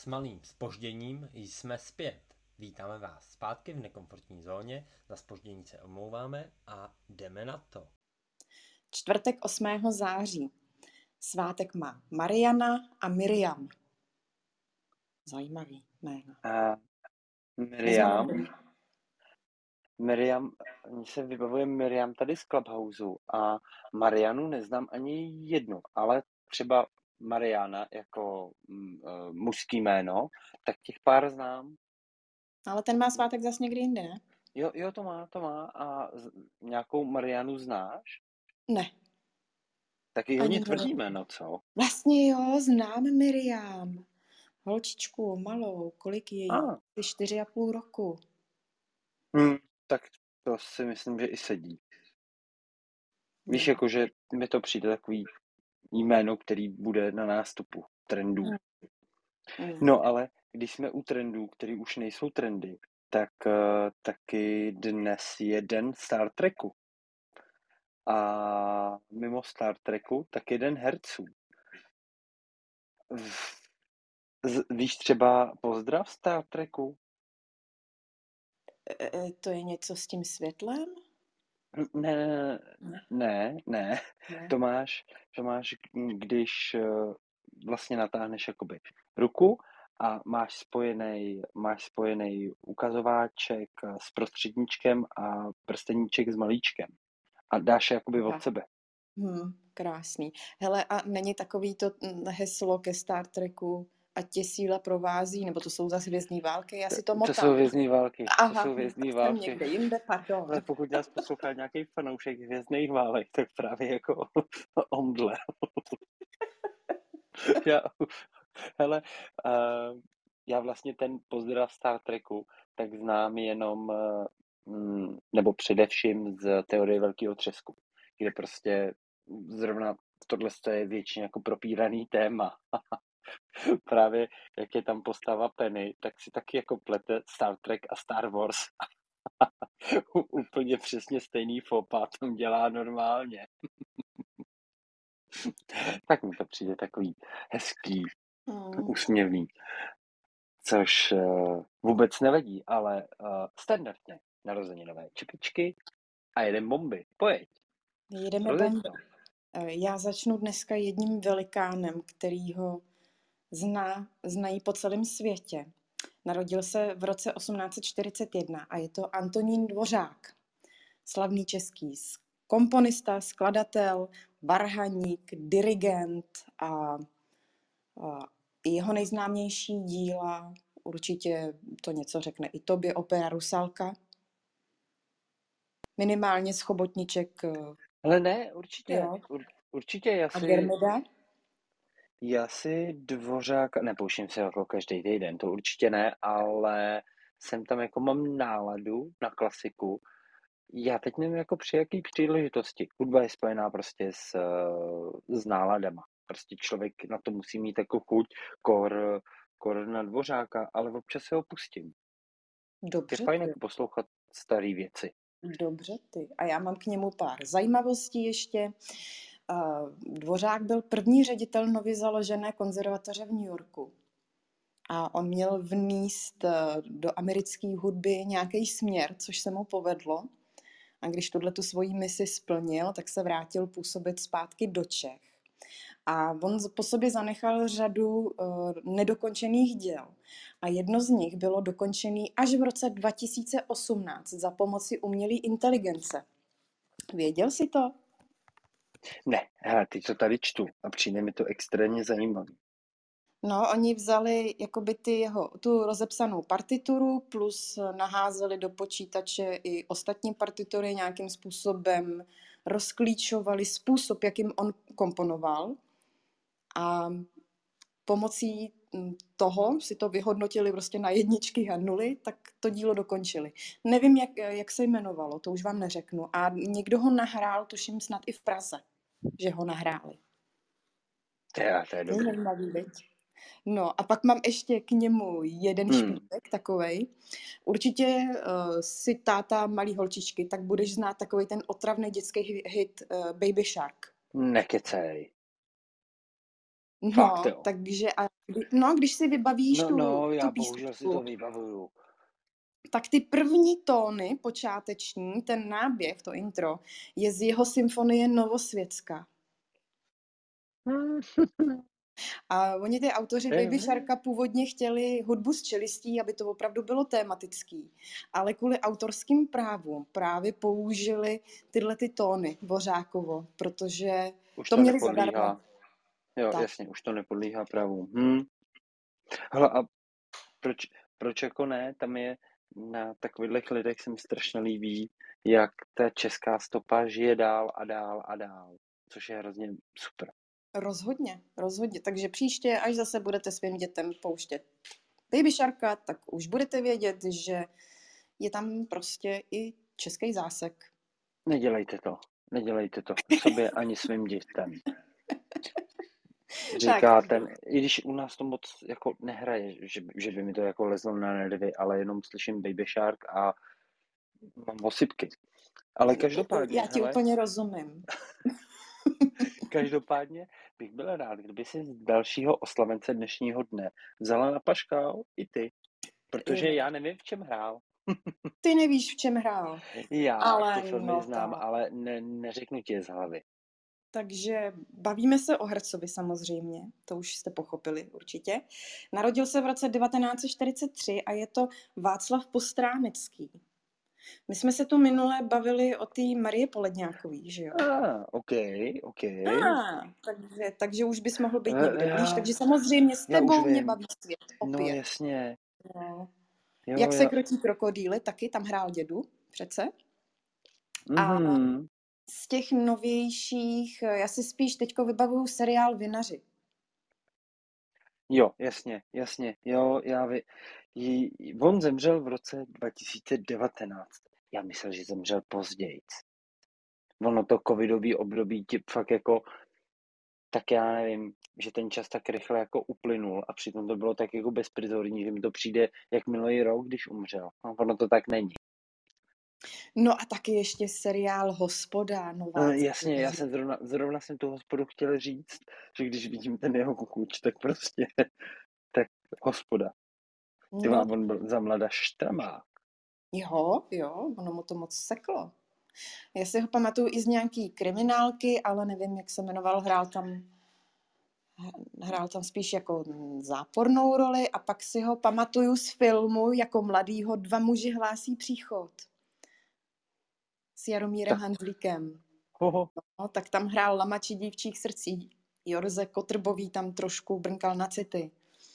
S malým zpožděním jsme zpět. Vítáme vás zpátky v nekomfortní zóně, za zpoždění se omlouváme a jdeme na to. Čtvrtek 8. září. Svátek má Mariana a Miriam. Zajímavý jméno. Miriam, mně se vybavuje Miriam tady z Clubhouse a Marianu neznám ani jednu, ale třeba Mariana jako mužský jméno, tak těch pár znám. Ale ten má svátek zas někdy jinde, ne? Jo, to má. A nějakou Marianu znáš? Ne. Taky hodně tvrdý jméno, co? Vlastně jo, znám Miriam. Holčičku, malou, kolik je jí? 4,5 roku. Tak to si myslím, že i sedí. Víš, jakože mi to přijde takový jméno, který bude na nástupu trendů. No ale když jsme u trendů, který už nejsou trendy, tak taky dnes je den Star Treku. A mimo Star Treku, tak je den herců. Víš třeba pozdrav Star Treku? To je něco s tím světlem? Ne. To máš, když vlastně natáhneš jakoby ruku a máš spojený ukazováček s prostředníčkem a prsteníček s malíčkem. A dáš je jakoby od sebe. Krásný. Hele, a není takový to heslo ke Star Treku, ať tě síla provází, nebo to jsou zase Hvězdný války? Já si to motám. To jsou Hvězdný války. Aha, to jsou Hvězdný války. Jsem někde jinde, pardon. Ale pokud nás poslouchá nějaký fanoušek Hvězdných válek, tak právě jako omdle. Já vlastně ten pozdrav Star Treku tak znám jenom, nebo především z Teorie velkého třesku, kde prostě zrovna tohle je většině jako propíraný téma. Právě jak je tam postava Penny, tak si taky jako plete Star Trek a Star Wars. Úplně přesně stejný fopa tam dělá normálně. Tak mi to přijde takový hezký, úsměvný. Což vůbec nevadí, ale standardně narozeninové čepičky a jedem bomby. Pojeď. Jedeme bomby. Já začnu dneska jedním velikánem, kterýho znají po celém světě. Narodil se v roce 1841 a je to Antonín Dvořák. Slavný český komponista, skladatel, varhaník, dirigent a jeho nejznámější díla, určitě to něco řekne i tobě, opera Rusalka. Minimálně z Chobotniček. Ale ne, určitě já si Dvořáka, nepouštím se jako každý týden, to určitě ne, ale jsem tam jako mám náladu na klasiku. Já teď nevím jako při jaký příležitosti. Hudba je spojená prostě s náladama. Prostě člověk na to musí mít jako chuť, kor na Dvořáka, ale občas se ho pustím. Dobře. Je fajn jako poslouchat staré věci. Dobře ty. A já mám k němu pár zajímavostí ještě. Dvořák byl první ředitel nově založené konzervatoře v New Yorku. A on měl vníst do americké hudby nějaký směr, což se mu povedlo. A když tu svoji misi splnil, tak se vrátil působit zpátky do Čech. A on po sobě zanechal řadu nedokončených děl. A jedno z nich bylo dokončené až v roce 2018 za pomoci umělé inteligence. Věděl jsi to? Ne, teď to tady čtu a přijde mi to extrémně zajímavé. No, oni vzali jakoby tu rozepsanou partituru plus naházeli do počítače i ostatní partitury, nějakým způsobem rozklíčovali způsob, jakým on komponoval a pomocí toho si to vyhodnotili prostě na jedničky a nuly, tak to dílo dokončili. Nevím, jak se jmenovalo, to už vám neřeknu. A někdo ho nahrál, tuším snad i v Praze, že ho nahráli. To je dobrý. No a pak mám ještě k němu jeden špítek takovej. Určitě si táta malý holčičky, tak budeš znát takovej ten otravný dětský hit Baby Shark. Nekecej. No, takže a Když si vybavíš tu já bohužel si to písničku, vybavuju. tak ty první tóny počáteční, ten náběh, to intro, je z jeho symfonie Novosvětska. A oni ty autoři Baby Sharka původně chtěli hudbu z čelistí, aby to opravdu bylo tematický. Ale kvůli autorským právům právě použili tyhle ty tóny Dvořákovo, protože Už to to měli zadarmo. nepodlíhá. Jo, Tak. jasně, už to nepodlíhá právům. Hele, a proč jako ne? Tam je na takových lidech se mi strašně líbí, jak ta česká stopa žije dál a dál a dál, což je hrozně super. Rozhodně. Takže příště, až zase budete svým dětem pouštět Baby Sharka, tak už budete vědět, že je tam prostě i český zásek. Nedělejte to sobě ani svým dětem. Říká ten, i když u nás to moc jako nehraje, že by mi to jako lezlo na nervy, ale jenom slyším Baby Shark a mám osypky. Ale každopádně, Já ti úplně rozumím. Každopádně bych byl rád, kdyby si z dalšího oslavence dnešního dne vzala na paškál i ty, protože já nevím, v čem hrál. Ty nevíš, v čem hrál. Ty filmy znám, ale neřeknu ti je z hlavy. Takže bavíme se o hercovi samozřejmě, to už jste pochopili určitě. Narodil se v roce 1943 a je to Václav Postránecký. My jsme se tu minule bavili o té Marie Poledňákový, že jo? OK. Takže už bys mohl být někde blíž, takže samozřejmě s tebou mě baví svět opět. No jasně. No. Jak se krotí krokodýly, taky tam hrál dědu, přece. A z těch novějších, já si spíš teďko vybavuju seriál Vinaři. Jo, jasně. Jo, on zemřel v roce 2019. Já myslel, že zemřel později. Ono to covidový období ti fakt jako, tak já nevím, že ten čas tak rychle jako uplynul a přitom to bylo tak jako bezprizorní, že mi to přijde jak minulý rok, když umřel. No, ono to tak není. No a taky ještě seriál Hospoda, nová. Jasně, já jsem zrovna jsem tu Hospodu chtěl říct, že když vidím ten jeho kukuč, tak prostě, tak Hospoda. On byl za mlada štramák. Jo, ono mu to moc seklo. Já si ho pamatuju i z nějaký kriminálky, ale nevím, jak se jmenoval, hrál tam spíš jako zápornou roli a pak si ho pamatuju z filmu jako mladýho Dva muži hlásí příchod s Jaromírem Hanzlíkem. No, tak tam hrál Lamači dívčích srdcí. Jorze Kotrbový tam trošku brnkal na city.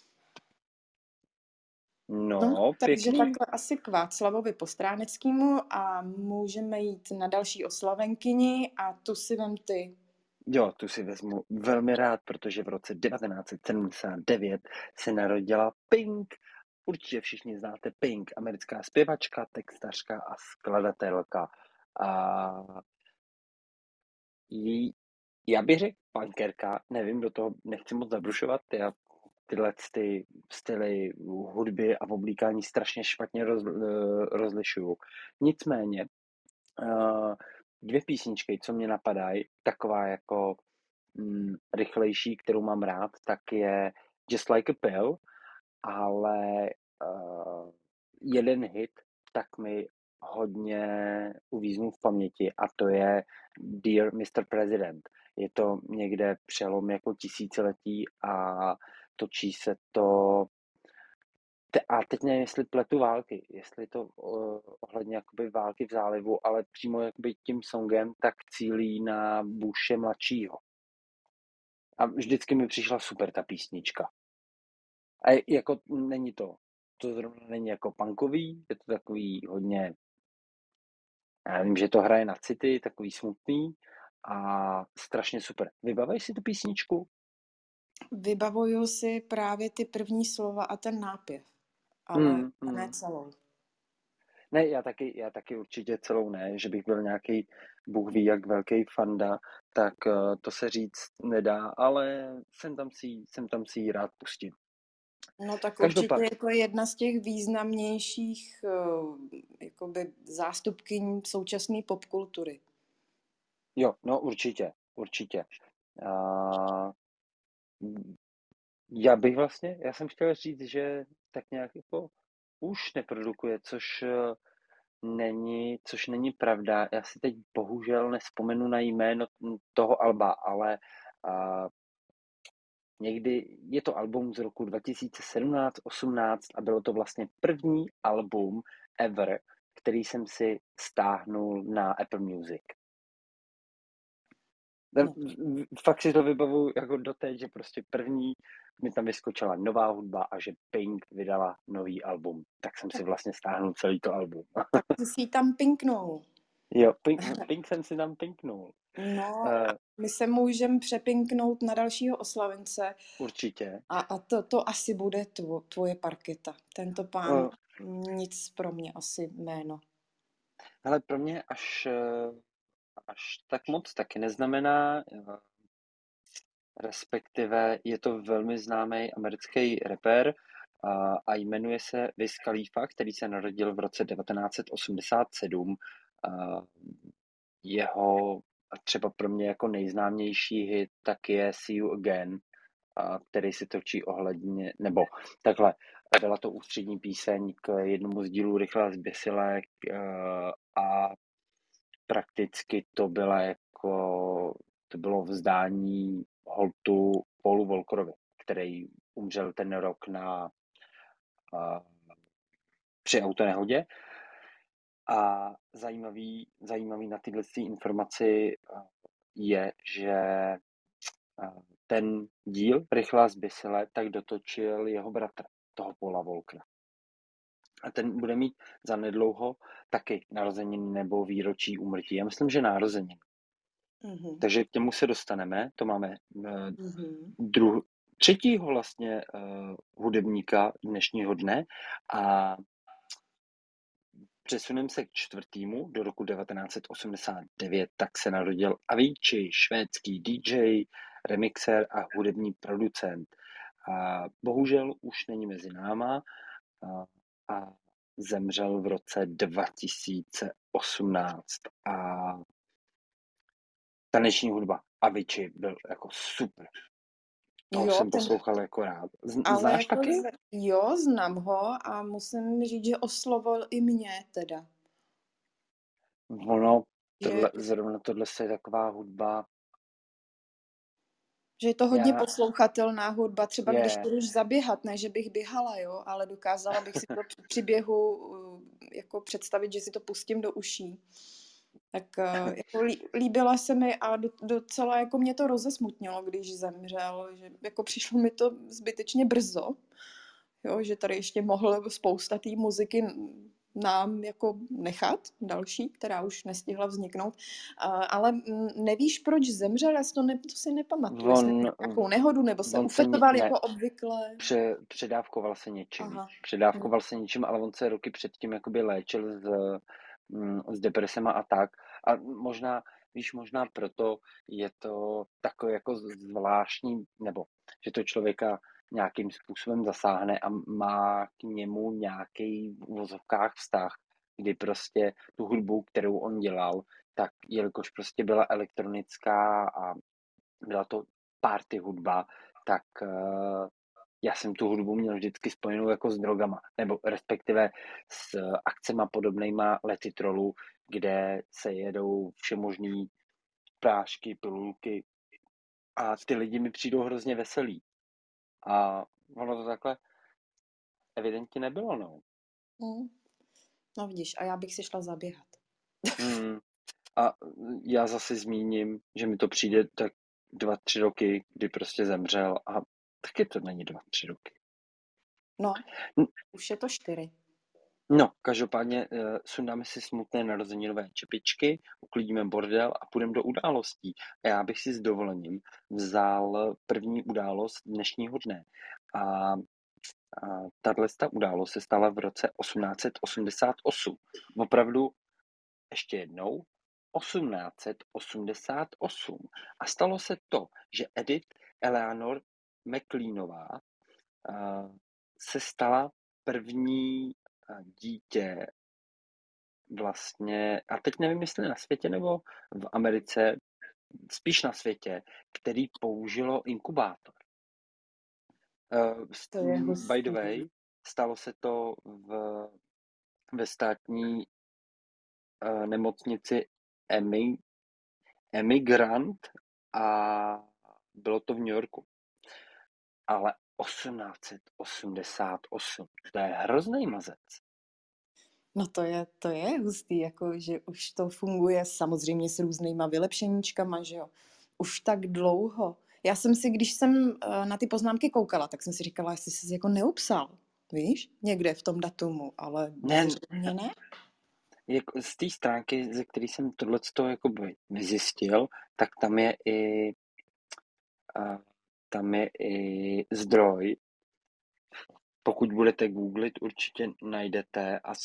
No, takže takhle asi k Václavovi Postráneckému a můžeme jít na další oslavenkyni a tu si vem ty. Jo, tu si vezmu velmi rád, protože v roce 1979 se narodila Pink. Určitě všichni znáte Pink, americká zpěvačka, textařka a skladatelka. A já bych řekl punkerka, nevím, do toho nechci moc zabrušovat, já tyhle styly hudby a oblíkání strašně špatně rozlišuju. Nicméně, dvě písničky, co mě napadají, taková jako rychlejší, kterou mám rád, tak je Just Like a Pill, ale jeden hit tak mi hodně uvíznul v paměti a to je Dear Mr. President. Je to někde přelom jako tisíciletí a točí se to a teď nevím, jestli pletu války, jestli to ohledně jakoby války v zálivu, ale přímo jakoby tím songem tak cílí na Bushe mladšího. A vždycky mi přišla super ta písnička. A jako není to zrovna není jako punkový, je to takový hodně, já vím, že to hraje na city, takový smutný a strašně super. Vybavíš si tu písničku? Vybavuju si právě ty první slova a ten nápěv, ale ne celou. Ne, já taky určitě celou ne, že bych byl nějaký bůh ví jak velký fanda, tak to se říct nedá, ale sem tam si ji rád pustím. No tak určitě je to jedna z těch významnějších jakoby zástupkyň současné popkultury. Jo, no určitě. Já jsem chtěl říct, že tak nějak jako už neprodukuje, což není pravda. Já si teď bohužel nevzpomenu na jméno toho alba, ale a, někdy je to album z roku 2017-18 a bylo to vlastně první album ever, který jsem si stáhnul na Apple Music. No. Fakt si to vybavuju jako doteď, že prostě první mi tam vyskočila nová hudba a že Pink vydala nový album. Tak jsem si vlastně stáhnul celý to album. Tak ty si ji tam pinknul. Jo, Pink jsem si tam pinknul. No, Uh, my se můžeme přepinknout na dalšího oslavence určitě. a to asi bude tvoje parketa. Tento pán nic pro mě asi jméno. Ale pro mě až tak moc taky neznamená, respektive je to velmi známý americký rapper a jmenuje se Wiz Khalifa, který se narodil v roce 1987. Jeho třeba pro mě jako nejznámější hit tak je See You Again, který si točí ohledně, nebo takhle, byla to ústřední píseň k jednomu z dílů Rychle a zběsile a prakticky to bylo vzdání holtu Paulu Walkerovi, který umřel ten rok při autonehodě. A zajímavý na tyhle informaci je, že ten díl Rychle a zběsile tak dotočil jeho bratr, toho Paula Walkera. A ten bude mít zanedlouho taky narozeniny nebo výročí úmrtí. Já myslím, že narozeniny. Mm-hmm. Takže k němu se dostaneme. To máme třetího vlastně hudebníka dnešního dne a přesuneme se k čtvrtýmu do roku 1989, tak se narodil Avicii, švédský DJ, remixer a hudební producent. A bohužel už není mezi náma a zemřel v roce 2018. A taneční hudba Avicii byl jako super. To jsem poslouchal jako rád. Znáš jako taky? Jo, znám ho a musím říct, že oslovil i mě teda. Zrovna tohle je taková hudba. Že je to hodně poslouchatelná hudba, třeba když budeš zaběhat, ne, že bych běhala, jo, ale dokázala bych si to při běhu jako představit, že si to pustím do uší. Tak jako líbila se mi a docela jako mě to rozesmutnilo, když zemřel, že jako přišlo mi to zbytečně brzo, jo, že tady ještě mohl spousta té muziky nám jako nechat, další, která už nestihla vzniknout, ale nevíš, proč zemřel, já to si nepamatuju, jestli nějakou nehodu, nebo se ufetoval jako obvykle. Předávkoval se něčím. Předávkoval se něčím, ale on se roky předtím jakoby léčil s depresema a tak. A možná proto je to takové jako zvláštní, nebo že to člověka nějakým způsobem zasáhne a má k němu nějaký v uvozovkách vztah, kdy prostě tu hudbu, kterou on dělal, tak jelikož prostě byla elektronická a byla to party hudba, tak já jsem tu hudbu měl vždycky spojenou jako s drogama, nebo respektive s akcema podobnejma Let It Rollu, kde se jedou všemožný prášky, pilulky a ty lidi mi přijdou hrozně veselí. A ono to takhle evidentně nebylo, no. No vidíš, a já bych si šla zaběhat. A já zase zmíním, že mi to přijde tak 2-3 roky, kdy prostě zemřel a taky to není 2-3 roky. No, už je to 4. No, každopádně sundáme si smutné narozeninové čepičky, uklidíme bordel a půjdeme do událostí. A já bych si s dovolením vzal první událost dnešního dne. A tato událost se stala v roce 1888. Opravdu ještě jednou 1888. A stalo se to, že Edith Eleanor McLeanová se stala první dítě vlastně, a teď nevím, jestli na světě nebo v Americe, spíš na světě, který použilo inkubátor. To je By the hustý. way, stalo se to ve státní nemocnici Emigrant a bylo to v New Yorku. Ale 1888, to je hrozný mazec. No to je hustý, jako, že už to funguje samozřejmě s různýma vylepšeníčkama, že jo. Už tak dlouho. Já jsem si, když jsem na ty poznámky koukala, tak jsem si říkala, jestli jsi jako neupsal, víš, někde v tom datumu, ale Ne, zřejmě ne. jako z té stránky, ze které jsem tohleto jakoby nezjistil, tak tam je i zdroj. Pokud budete googlit, určitě najdete a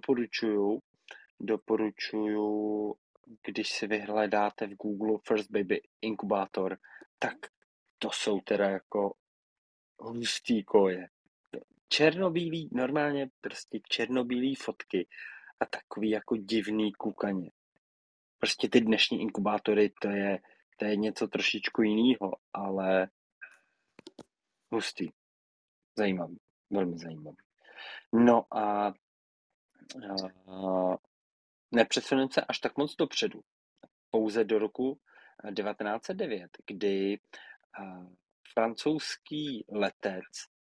doporučuju, když si vyhledáte v Google First Baby Inkubator, tak to jsou teda jako hustý koje. Černobílý, normálně prostě černobílý fotky a takový jako divný kukaně. Prostě ty dnešní inkubátory, to je něco trošičku jiného, ale hustý. Zajímavý, velmi zajímavý. No a nepřesuneme se až tak moc dopředu. Pouze do roku 1909, kdy francouzský letec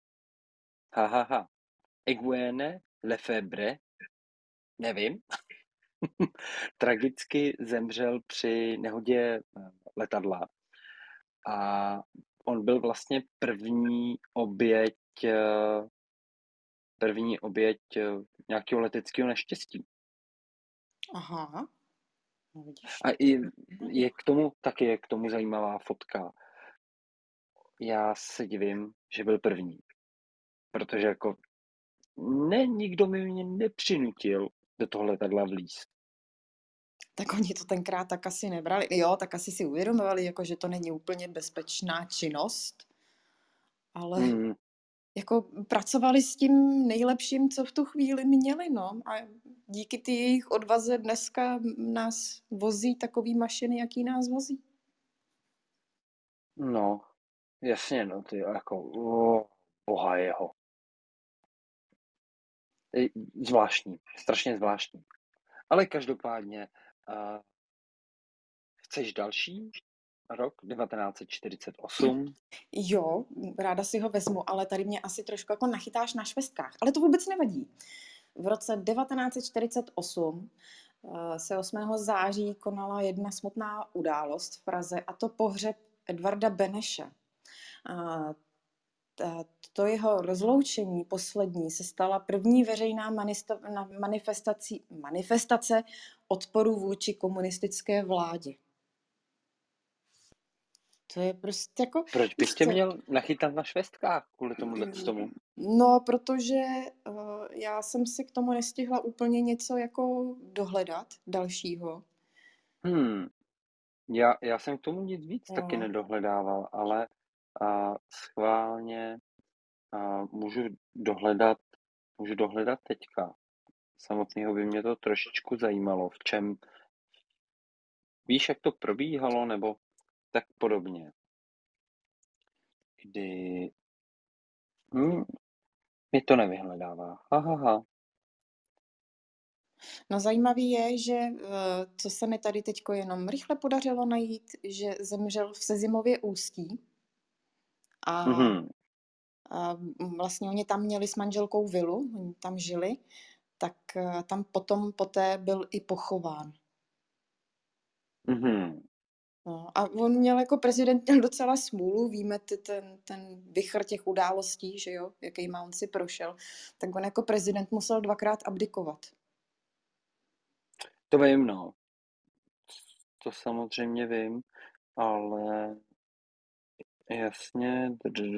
Eugène Lefebvre, nevím, tragicky zemřel při nehodě letadla a on byl vlastně první oběť nějakého leteckého neštěstí. Aha. No, vidíš. A je k tomu zajímavá fotka. Já se divím, že byl první, protože jako nikdo mě nepřinutil do toho letadla vlízt. Tak oni to tenkrát tak asi nebrali. Jo, tak asi si uvědomovali, jako, že to není úplně bezpečná činnost, ale jako pracovali s tím nejlepším, co v tu chvíli měli, no. A díky ty jejich odvaze dneska nás vozí takový mašiny, jaký nás vozí. No, jasně, no, ty jako, boha jeho. Zvláštní, strašně zvláštní. Ale každopádně, chceš další rok 1948? Jo, ráda si ho vezmu, ale tady mě asi trošku jako nachytáš na švestkách. Ale to vůbec nevadí. V roce 1948 se 8. září konala jedna smutná událost v Praze, a to pohřeb Edvarda Beneše. To jeho rozloučení poslední se stala první veřejná manifestace odporu vůči komunistické vládě. To je prostě jako... Proč bych tě měl nachytat na švestkách kvůli tomu? No, protože já jsem si k tomu nestihla úplně něco jako dohledat dalšího. Já jsem k tomu nic víc taky nedohledával, ale schválně můžu dohledat teďka. Samotného by mě to trošičku zajímalo, v čem, víš, jak to probíhalo, nebo tak podobně. Kdy mi to nevyhledává. No zajímavý je, že co se mi tady teďko jenom rychle podařilo najít, že zemřel v Sezimově Ústí a vlastně oni tam měli s manželkou vilu, oni tam žili, tak tam poté byl i pochován. No, a on měl jako prezident docela smůlu, víme ten vichr těch událostí, že jo, jakýma on si prošel, tak on jako prezident musel 2krát abdikovat. To vím, no. To samozřejmě vím, ale jasně,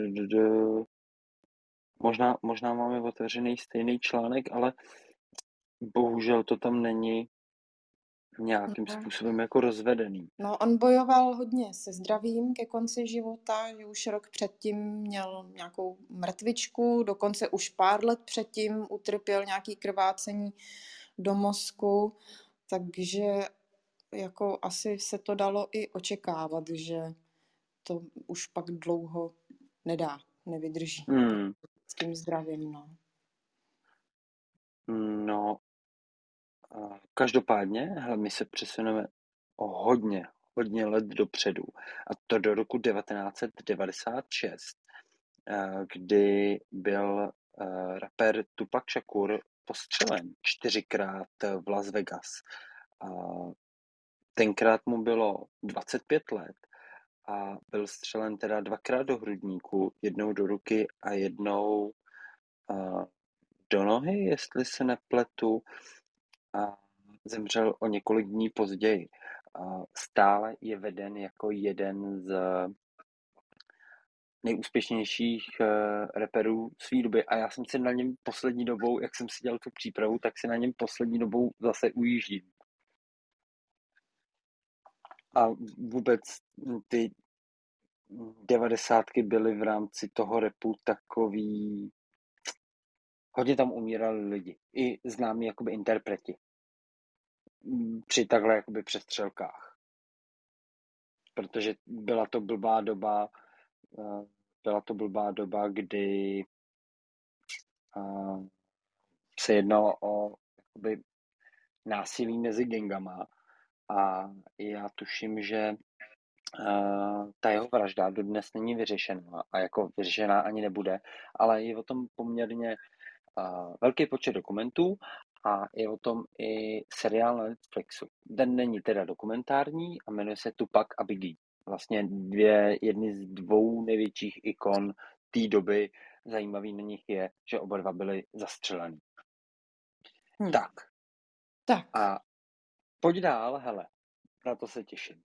možná máme otevřený stejný článek, ale bohužel to tam není nějakým způsobem jako rozvedený. No, on bojoval hodně se zdravím ke konci života, že už rok předtím měl nějakou mrtvičku, dokonce už pár let předtím utrpěl nějaký krvácení do mozku, takže jako asi se to dalo i očekávat, že to už pak dlouho nedá. nevydrží Hmm. s tím zdravím, no. No, každopádně, hele, my se přesuneme o hodně let dopředu. A to do roku 1996, kdy byl rapper Tupac Shakur postřelen 4krát v Las Vegas. Tenkrát mu bylo 25 let a byl střelen teda 2krát do hrudníku, jednou do ruky a jednou do nohy, jestli se nepletu, a zemřel o několik dní později. Stále je veden jako jeden z nejúspěšnějších rapperů své doby a já jsem si na něm poslední dobou, jak jsem si dělal tu přípravu, tak si na něm poslední dobou zase ujíždím. A vůbec ty 90. byly v rámci toho rapu takový... Hodně tam umírali lidi. I známí jakoby interpreti. Při takhle jakoby přestřelkách. Protože byla to blbá doba, kdy se jednalo o jakoby násilí mezi gangama a já tuším, že ta jeho vražda dodnes není vyřešená a jako vyřešená ani nebude, ale je o tom poměrně velký počet dokumentů a je o tom i seriál na Netflixu. Ten není teda dokumentární a jmenuje se Tupac a Biggie. Vlastně jedny z dvou největších ikon té doby. Zajímavý na nich je, že oba dva byli zastřeleni. Tak. A pojď dál, hele. Na to se těším.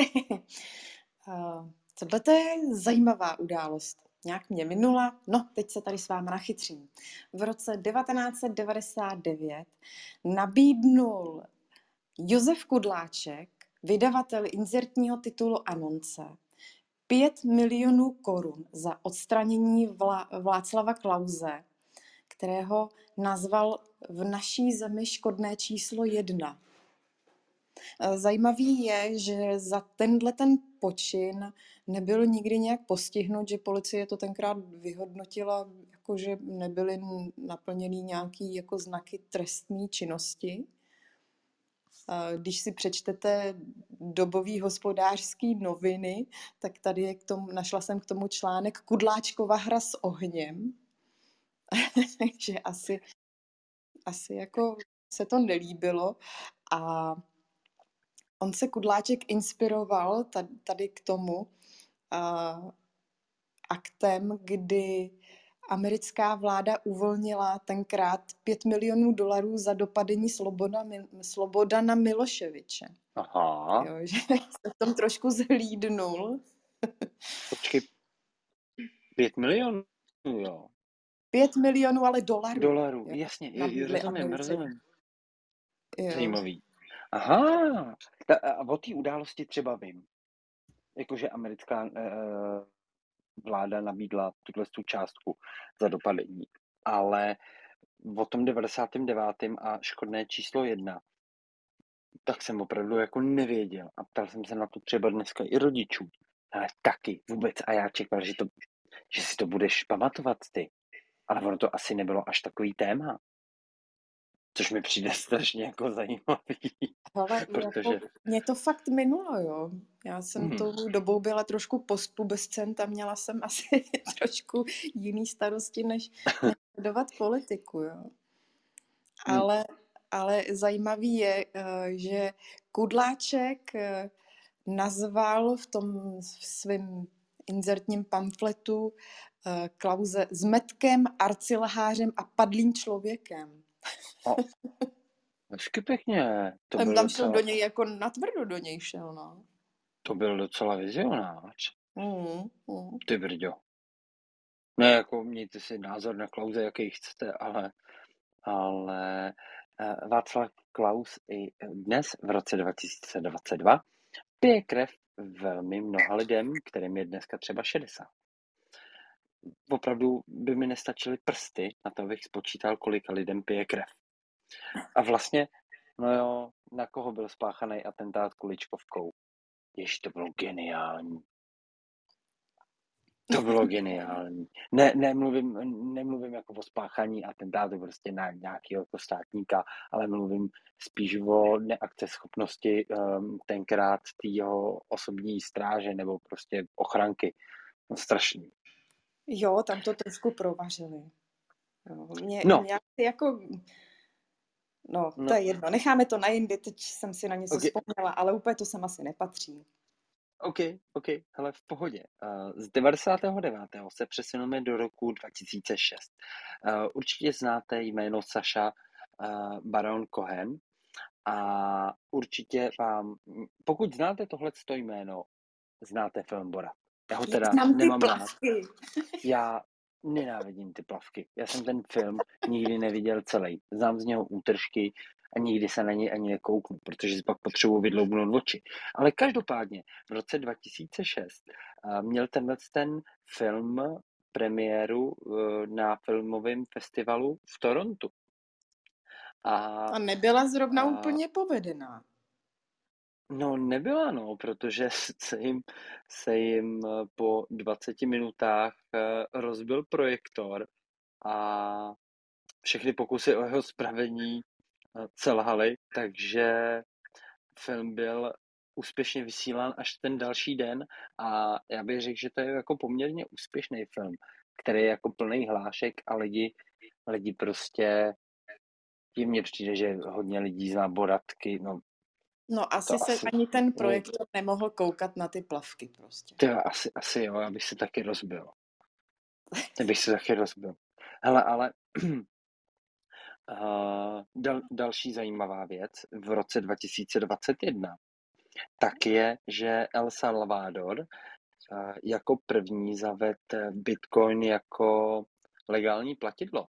To je zajímavá událost. Nějak mě minula, no teď se tady s váma nachytřím. V roce 1999 nabídnul Josef Kudláček, vydavatel inzertního titulu Anonce, 5 milionů korun za odstranění Václava Klause, kterého nazval v naší zemi škodné číslo 1. Zajímavý je, že za ten počin nebyl nikdy nějak postihnut, že policie to tenkrát vyhodnotila, jako že nebyly naplněny nějaký jako znaky trestné činnosti. Když si přečtete dobový Hospodářský noviny, tak tady je našla jsem k tomu článek Kudláčkova hra s ohněm. Takže asi jako se to nelíbilo a on se Kudláček inspiroval tady k tomu aktem, kdy americká vláda uvolnila tenkrát $5 milionů za dopadení Slobodana Miloševiče. Aha. Jo, že se v tom trošku zhlídnul. Počkej, 5 milionů, jo. 5 milionů, ale dolarů. Dolarů, jasně, rozumím. Jo. Zajímavý. Aha, a o té události třeba vím. Jakože americká vláda nabídla tuto částku za dopadení. Ale o tom 99. a škodné číslo 1, tak jsem opravdu jako nevěděl. A ptal jsem se na to třeba dneska i rodičů. Ale taky vůbec. A já čekal, že si to budeš pamatovat ty. Ale ono to asi nebylo až takový téma. Což mi přijde strašně jako zajímavý. Ale protože... jako, mě to fakt minulo, jo. Já jsem tou dobou byla trošku postpubescent a měla jsem asi trošku jiný starosti, než sledovat politiku, jo. Ale zajímavý je, že Kudláček nazval v tom svém inzertním pamfletu Klause zmetkem, arcilhářem a padlým člověkem. Hezky pěkně. To byl tam šel do něj jako natvrdo do něj šel, no. To byl docela vizionář. Ty brďo. Ne, jako mějte si názor na Klause, jaký chcete, ale Václav Klaus i dnes v roce 2022 pije krev velmi mnoha lidem, kterým je dneska třeba 60. Opravdu by mi nestačily prsty na to, abych spočítal, kolika lidem pije krev. A vlastně, no jo, na koho byl spáchaný atentát kuličkovkou? Jež to bylo geniální. To bylo geniální. Nemluvím jako o spáchání atentátu prostě na nějakého jako státníka, ale mluvím spíš o neakceschopnosti tenkrát té jeho osobní stráže nebo prostě ochranky. No, strašný. Jo, tam to trošku provařili. Jo, No, mě asi jako, no, to no, je jedno, necháme to na jindy, teď jsem si na něco ok, vzpomněla, ale úplně to sem asi nepatří. ok, hele, v pohodě. Z 99. se přesuneme do roku 2006. Určitě znáte jméno Saša Baron Cohen a určitě vám, pokud znáte tohleto jméno, znáte film Borat. Já ho Já teda znám ty nemám rád. plavky. Já nenávidím ty plavky. Já jsem ten film nikdy neviděl celý. Znám z něho útržky a nikdy se na něj ani nekouknu, protože si pak potřebuji vydloubnout oči. Ale každopádně v roce 2006 měl ten film premiéru na filmovém festivalu v Torontu. A nebyla zrovna a úplně povedená. No nebyla, no, protože se jim po 20 minutách rozbil projektor a všechny pokusy o jeho spravení selhaly, takže film byl úspěšně vysílán až ten další den a já bych řekl, že to je jako poměrně úspěšný film, který je jako plný hlášek a lidi prostě, tím mně přijde, že hodně lidí zná Boratky, no No asi to se asi, ani ten projektor nemohl koukat na ty plavky prostě. to asi jo, já bych se taky rozbil. Hele, ale další zajímavá věc v roce 2021 tak je, že El Salvador jako první zaved Bitcoin jako legální platidlo.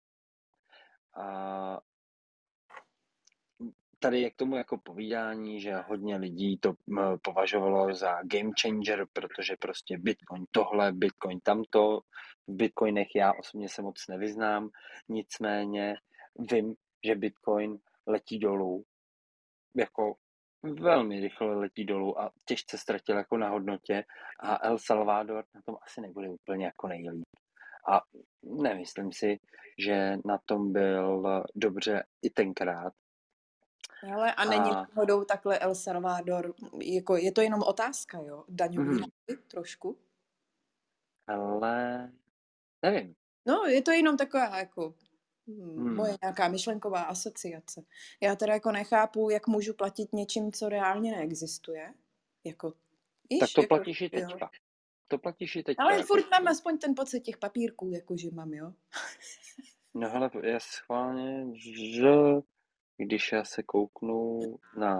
Tady je k tomu jako povídání, že hodně lidí to považovalo za game changer, protože prostě Bitcoin tohle, Bitcoin tamto. V Bitcoinech já osobně se moc nevyznám, nicméně vím, že Bitcoin letí dolů, jako velmi rychle letí dolů a těžce ztratil jako na hodnotě a El Salvador na tom asi nebude úplně jako nejlíp. A nemyslím si, že na tom byl dobře i tenkrát. Ale a není náhodou takhle El Salvador, jako je to jenom otázka, jo? Daňový ráj trošku? Ale nevím. No, je to jenom taková jako moje nějaká myšlenková asociace. Já teda jako nechápu, jak můžu platit něčím, co reálně neexistuje. Jako, Tak to jako, platíš i teďka. To platíš i teďka. Ale jako furt mám aspoň ten pocit těch papírků, jakože mám, jo? No hele, já schválně, že když já se kouknu na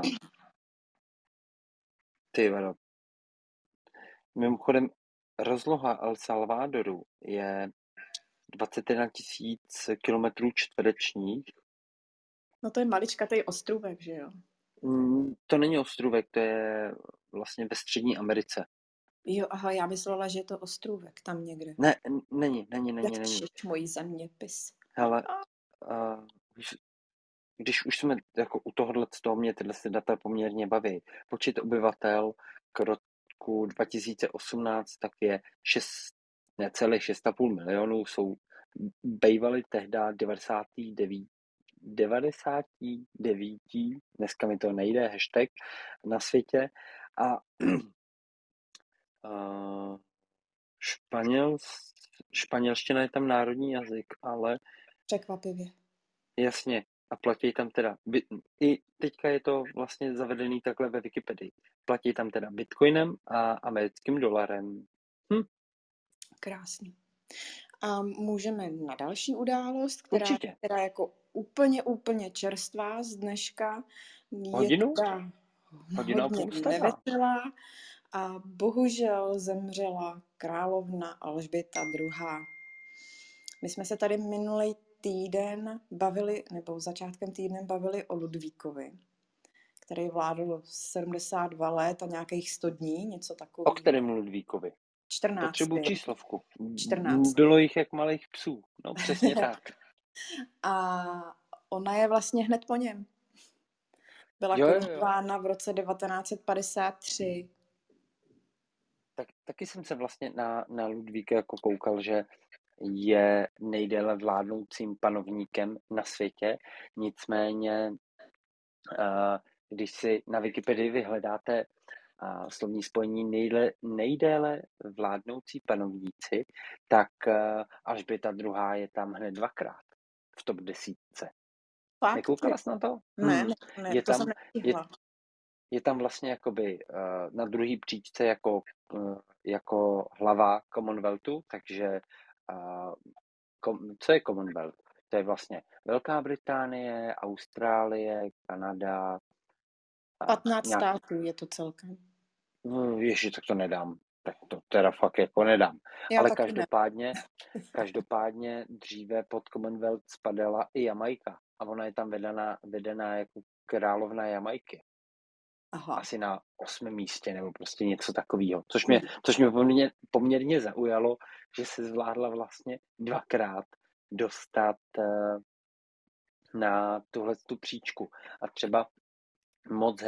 ty vado. Mimochodem, rozloha El Salvadoru je 21 000 kilometrů čtverečních. No to je maličkatej ostrůvek, že jo? To není ostrůvek, to je vlastně ve Střední Americe. Jo, aha, já myslela, že je to ostrůvek tam někde. Ne, není. Jak čteš můj zeměpis? Hele, když už jsme jako u tohohle z toho, mě tyhle data poměrně baví. Počet obyvatel k roku 2018 tak je necelých 6,5 milionů, jsou bývaly tehdy 99, dneska mi to nejde, hashtag na světě a španělština je tam národní jazyk, ale překvapivě. Jasně. A platí tam teda, i teďka je to vlastně zavedený takhle ve Wikipedii. Platí tam teda bitcoinem a americkým dolarem. Krásný. A můžeme na další událost, která je jako úplně čerstvá z dneška. Hodinu? Je Hodinu a půl stará. neveselá a bohužel zemřela královna Alžběta II. My jsme se tady minulý týden bavili, nebo začátkem týdne bavili o Ludvíkovi, který vládl 72 let a nějakých 100 dní, něco takového. O kterém Ludvíkovi? 14. Potřebuji číslovku. 14. Bylo jich jak malých psů. No přesně tak. A ona je vlastně hned po něm. Byla korunována v roce 1953. taky jsem se vlastně na Ludvíka jako koukal, že je nejdéle vládnoucím panovníkem na světě, nicméně když si na Wikipedii vyhledáte slovní spojení nejdéle vládnoucí panovníci, tak Alžběta druhá je tam hned dvakrát v top 10. Fakt? Nekoukala jsi na to? Ne, ne, Je to jsem tam, nestihla. je tam vlastně jakoby na druhý příčce jako hlava Commonwealthu, takže co je Commonwealth? To je vlastně Velká Británie, Austrálie, Kanada. 15 států je to celkem. Ježi, tak to nedám. Tak to teda fakt jako nedám. Já Ale taky každopádně dříve pod Commonwealth spadala i Jamajka. A ona je tam vedená jako královna Jamajky. Aha. Asi na 8. místě nebo prostě něco takového. Což mě poměrně zaujalo, že se zvládla vlastně dvakrát dostat na tuhle tu příčku. A třeba moc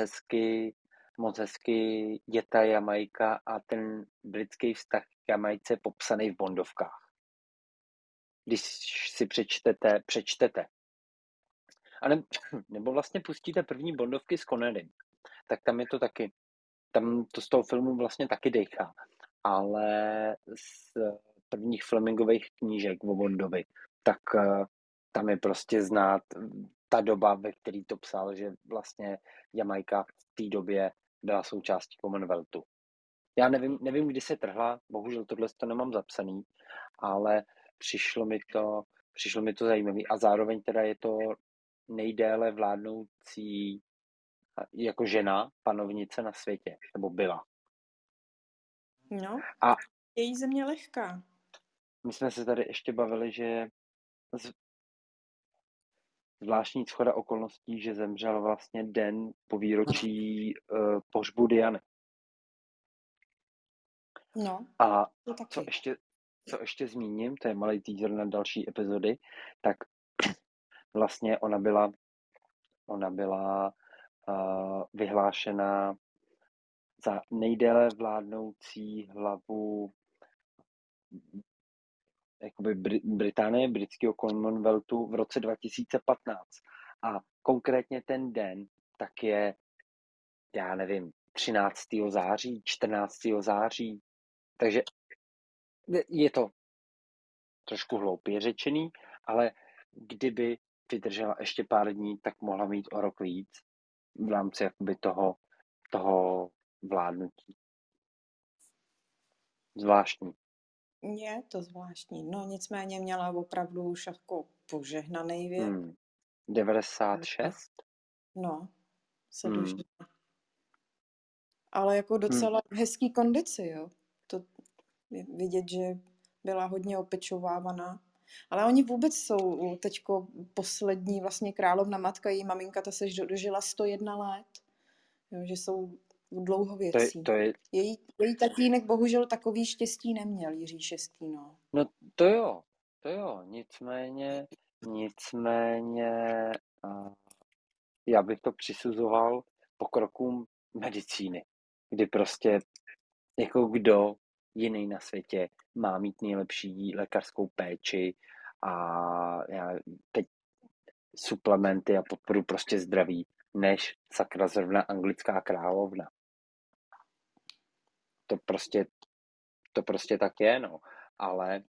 hezky je ta Jamajka a ten britský vztah k Jamajce popsaný v Bondovkách. Když si přečtete. A nebo vlastně pustíte první Bondovky s Connerym, tak tam je to taky, tam to z toho filmu vlastně taky dejchá. Ale z prvních Flemingových knížek o Bondovi, tak tam je prostě znát ta doba, ve který to psal, že vlastně Jamajka v té době byla součástí Commonwealthu. Já nevím, kdy se trhla, bohužel tohle to nemám zapsaný, ale přišlo mi to zajímavé. A zároveň teda je to nejdéle vládnoucí jako žena panovnice na světě, nebo byla. No, a její země lehká. My jsme se tady ještě bavili, že zvláštní shoda okolností, že zemřel vlastně den po výročí pohřbu Diany. No, a to taky. co ještě zmíním, to je malý teaser na další epizody, tak vlastně ona byla vyhlášena za nejdéle vládnoucí hlavu jakoby Británie, britského Commonwealthu v roce 2015. A konkrétně ten den, tak je, já nevím, 13. září, 14. září. Takže je to trošku hloupě řečený, ale kdyby vydržela ještě pár dní, tak mohla mít o rok víc v rámci jakoby toho vládnutí. Zvláštní. Je to zvláštní. No nicméně měla opravdu už jako požehnaný věk. 96? No, se dožila. Ale jako docela hezký kondici, jo. To je vidět, že byla hodně opečovávaná. Ale oni vůbec jsou teďko poslední vlastně královna matka, její maminka, ta se dožila 101 let. Jo, že jsou dlouhověcí. Její tatínek bohužel takový štěstí neměl, Jiří VI. No to jo. Nicméně já bych to přisuzoval pokrokům medicíny, kdy prostě jako kdo jiný na světě má mít nejlepší lékařskou péči a teď suplementy a podporu prostě zdraví, než sakra zrovna anglická královna. To prostě tak je, no. Ale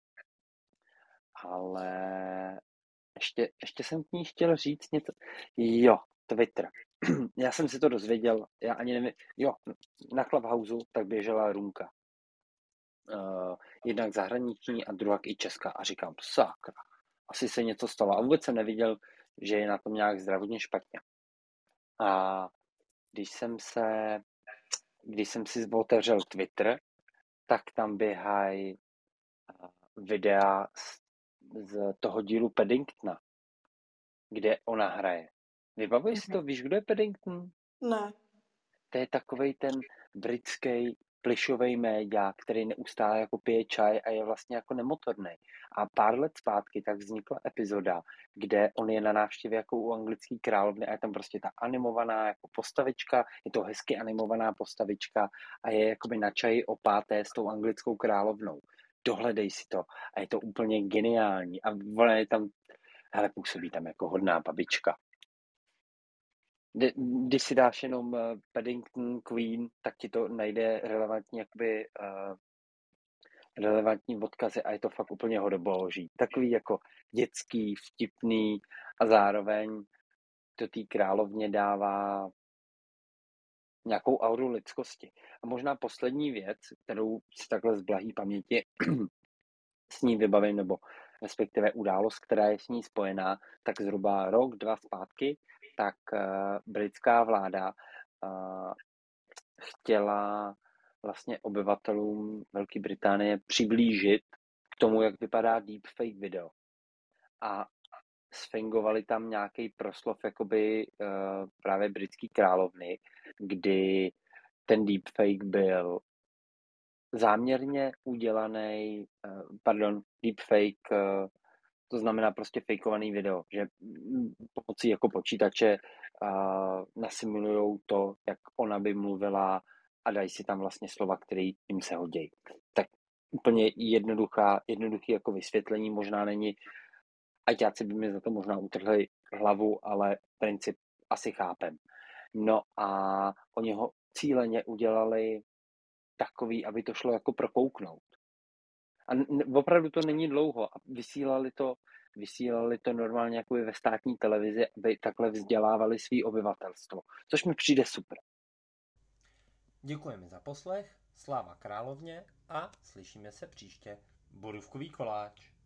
ještě jsem k ní chtěl říct něco. Jo, Twitter. Já jsem si to dozvěděl, já ani nevím, jo, na Clubhouse tak běžela růmka. Jednak zahraniční a druhá i česká. A říkám, sakra, asi se něco stalo. A vůbec jsem neviděl, že je na tom nějak zdravotně špatně. A když jsem si otevřel Twitter, tak tam běhají videa z toho dílu Paddingtona, kde ona hraje. Vybavuješ si to? Víš, kdo je Paddington? Ne. To je takovej ten britský plišový média, který neustále jako pije čaj a je vlastně jako nemotorný. A pár let zpátky tak vznikla epizoda, kde on je na návštěvě jako u anglické královny a je tam prostě ta animovaná jako postavička, je to hezky animovaná postavička a je jakoby na čaji o páté s tou anglickou královnou. Dohledej si to a je to úplně geniální a ona je tam, hele, působí tam jako hodná babička. Když si dáš jenom Paddington Queen, tak ti to najde relevantní relevantní odkazy a je to fakt úplně hodoboloží. Takový jako dětský, vtipný a zároveň to té královně dává nějakou auru lidskosti. A možná poslední věc, kterou si takhle z blahý paměti s ní vybavím, nebo respektive událost, která je s ní spojená, tak zhruba rok, 2 zpátky, tak britská vláda chtěla vlastně obyvatelům Velké Británie přiblížit k tomu, jak vypadá deepfake video. A sfingovali tam nějaký proslov jakoby právě britský královny, kdy ten deepfake byl záměrně udělaný, deepfake, to znamená prostě fejkovaný video, že pomocí jako počítače nasimulujou to, jak ona by mluvila a dají si tam vlastně slova, které jim se hodí. Tak úplně jednoduchý jako vysvětlení, možná není, ajťáci by mi za to možná utrhli hlavu, ale princip asi chápem. No a oni ho cíleně udělali takový, aby to šlo jako prokouknout. A opravdu to není dlouho a vysílali to normálně jako ve státní televizi, aby takhle vzdělávali svý obyvatelstvo, což mi přijde super. Děkujeme za poslech, sláva královně a slyšíme se příště. Borůvkový koláč.